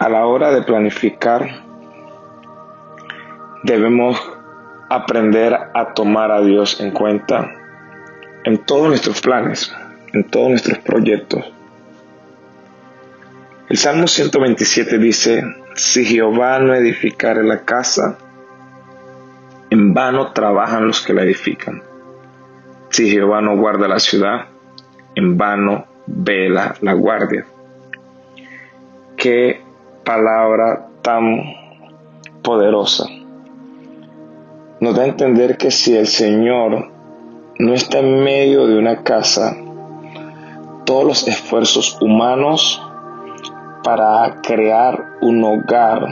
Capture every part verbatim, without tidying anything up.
a la hora de planificar, debemos aprender a tomar a Dios en cuenta en todos nuestros planes, en todos nuestros proyectos. El Salmo ciento veintisiete dice: si Jehová no edificare la casa, en vano trabajan los que la edifican. Si Jehová no guarda la ciudad, en vano vela la guardia. Qué palabra tan poderosa. Nos da a entender que si el Señor no está en medio de una casa, todos los esfuerzos humanos para crear un hogar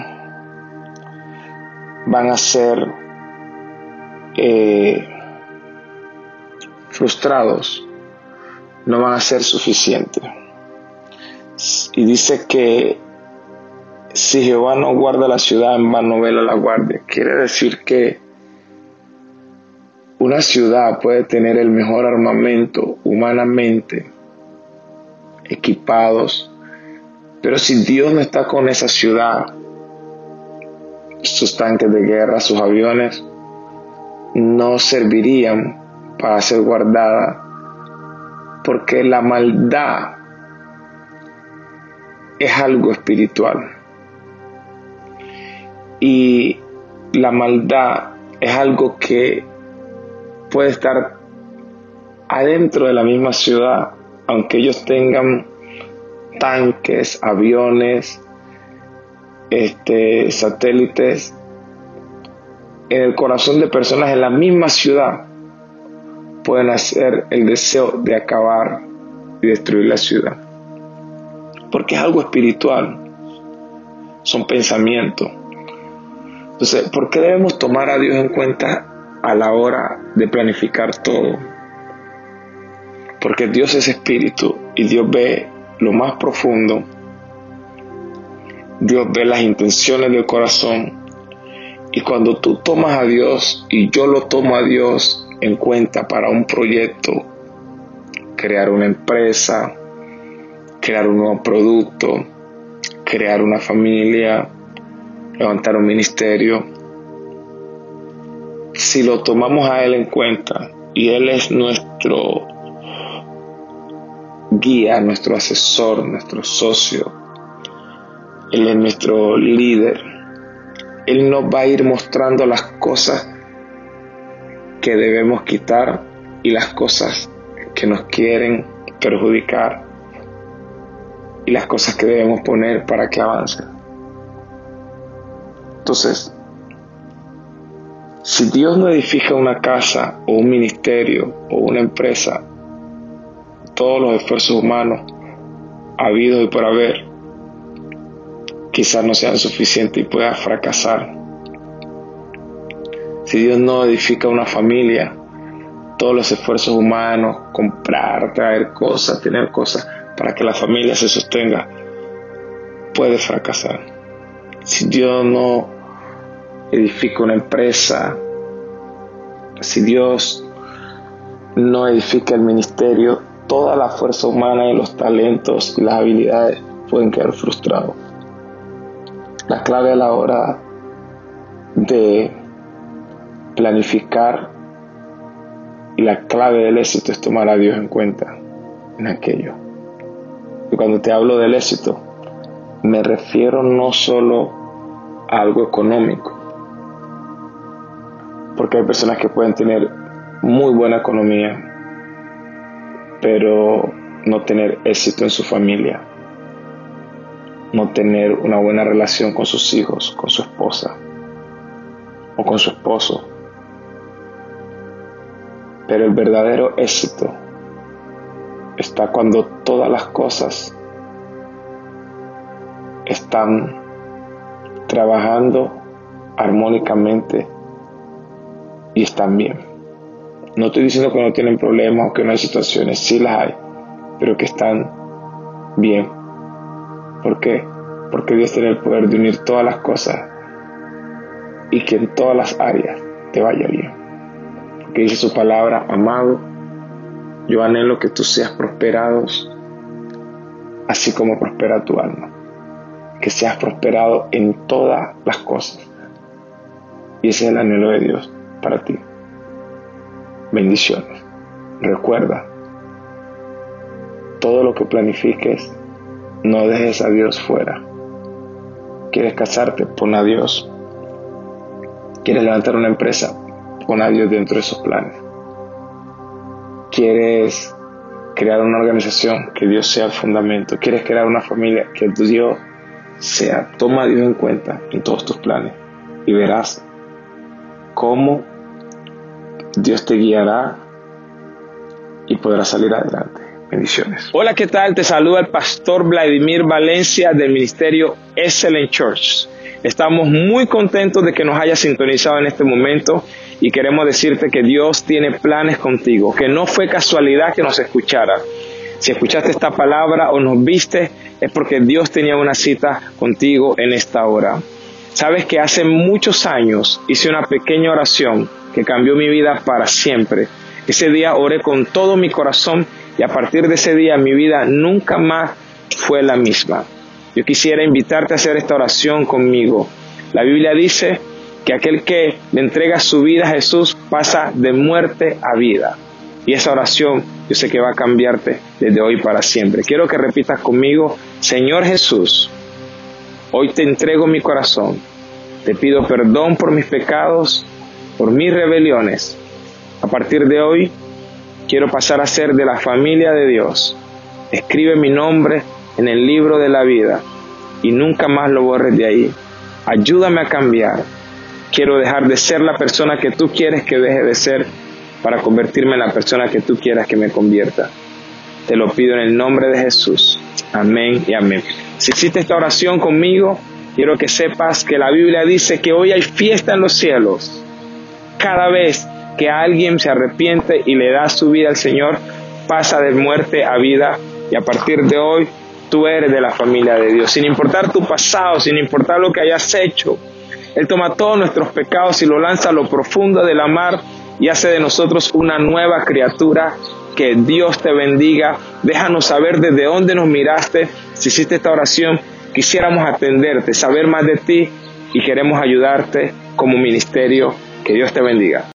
van a ser eh, frustrados, no van a ser suficientes. Y dice que si Jehová no guarda la ciudad, en vano vela la guardia. Quiere decir que una ciudad puede tener el mejor armamento humanamente, equipados, pero si Dios no está con esa ciudad, sus tanques de guerra, sus aviones, no servirían para ser guardada, porque la maldad es algo espiritual. Y la maldad es algo que puede estar adentro de la misma ciudad, aunque ellos tengan tanques, aviones, este, satélites. En el corazón de personas en la misma ciudad pueden hacer el deseo de acabar y destruir la ciudad, porque es algo espiritual, son pensamientos. Entonces, ¿por qué debemos tomar a Dios en cuenta a la hora de planificar todo? Porque Dios es espíritu y Dios ve lo más profundo. Dios ve las intenciones del corazón. Y cuando tú tomas a Dios y yo lo tomo a Dios en cuenta para un proyecto, crear una empresa, crear un nuevo producto, crear una familia, levantar un ministerio, si lo tomamos a Él en cuenta y Él es nuestro guía, nuestro asesor, nuestro socio, Él es nuestro líder, Él nos va a ir mostrando las cosas que debemos quitar y las cosas que nos quieren perjudicar y las cosas que debemos poner para que avancen. Entonces, si Dios no edifica una casa o un ministerio o una empresa, todos los esfuerzos humanos habidos y por haber quizás no sean suficientes y pueda fracasar. Si Dios no edifica una familia, todos los esfuerzos humanos, comprar, traer cosas, tener cosas para que la familia se sostenga, puede fracasar. Si Dios no edifica una empresa, si Dios no edifica el ministerio, toda la fuerza humana y los talentos y las habilidades pueden quedar frustrados. La clave a la hora de planificar y la clave del éxito es tomar a Dios en cuenta en aquello. Y cuando te hablo del éxito, me refiero no solo a algo económico, porque hay personas que pueden tener muy buena economía, pero no tener éxito en su familia, no tener una buena relación con sus hijos, con su esposa o con su esposo. Pero el verdadero éxito está cuando todas las cosas están trabajando armónicamente y están bien. No estoy diciendo que no tienen problemas o que no hay situaciones, sí las hay, pero que están bien. ¿Por qué? Porque Dios tiene el poder de unir todas las cosas y que en todas las áreas te vaya bien. Porque dice su palabra: amado, yo anhelo que tú seas prosperados así como prospera tu alma. que seas prosperado en todas las cosas. Y ese es el anhelo de Dios para ti. Bendiciones. Recuerda, todo lo que planifiques, no dejes a Dios fuera. ¿Quieres casarte? Pon a Dios. ¿Quieres levantar una empresa? Pon a Dios dentro de esos planes. ¿Quieres crear una organización? Que Dios sea el fundamento. ¿Quieres crear una familia? Que Dios sea. Toma a Dios en cuenta en todos tus planes y verás cómo Dios te guiará y podrás salir adelante. Bendiciones. Hola, ¿qué tal? Te saluda el pastor Vladimir Valencia del ministerio Excellent Church. Estamos muy contentos de que nos hayas sintonizado en este momento y queremos decirte que Dios tiene planes contigo, que no fue casualidad que nos escuchara. Si escuchaste esta palabra o nos viste, es porque Dios tenía una cita contigo en esta hora. Sabes que hace muchos años hice una pequeña oración que cambió mi vida para siempre. Ese día oré con todo mi corazón y a partir de ese día mi vida nunca más fue la misma. Yo quisiera invitarte a hacer esta oración conmigo. La Biblia dice que aquel que le entrega su vida a Jesús pasa de muerte a vida. Y esa oración yo sé que va a cambiarte desde hoy para siempre. Quiero que repitas conmigo: Señor Jesús, hoy te entrego mi corazón. Te pido perdón por mis pecados, por mis rebeliones. A partir de hoy, quiero pasar a ser de la familia de Dios. Escribe mi nombre en el libro de la vida y nunca más lo borres de ahí. Ayúdame a cambiar. Quiero dejar de ser la persona que tú quieres que deje de ser para convertirme en la persona que tú quieras que me convierta. Te lo pido en el nombre de Jesús. Amén y amén. Si hiciste esta oración conmigo, quiero que sepas que la Biblia dice que hoy hay fiesta en los cielos. Cada vez que alguien se arrepiente y le da su vida al Señor, pasa de muerte a vida y a partir de hoy tú eres de la familia de Dios. Sin importar tu pasado, sin importar lo que hayas hecho, Él toma todos nuestros pecados y lo lanza a lo profundo de la mar y hace de nosotros una nueva criatura. Que Dios te bendiga. Déjanos saber desde dónde nos miraste. Si hiciste esta oración, quisiéramos atenderte, saber más de ti y queremos ayudarte como ministerio. Que Dios te bendiga.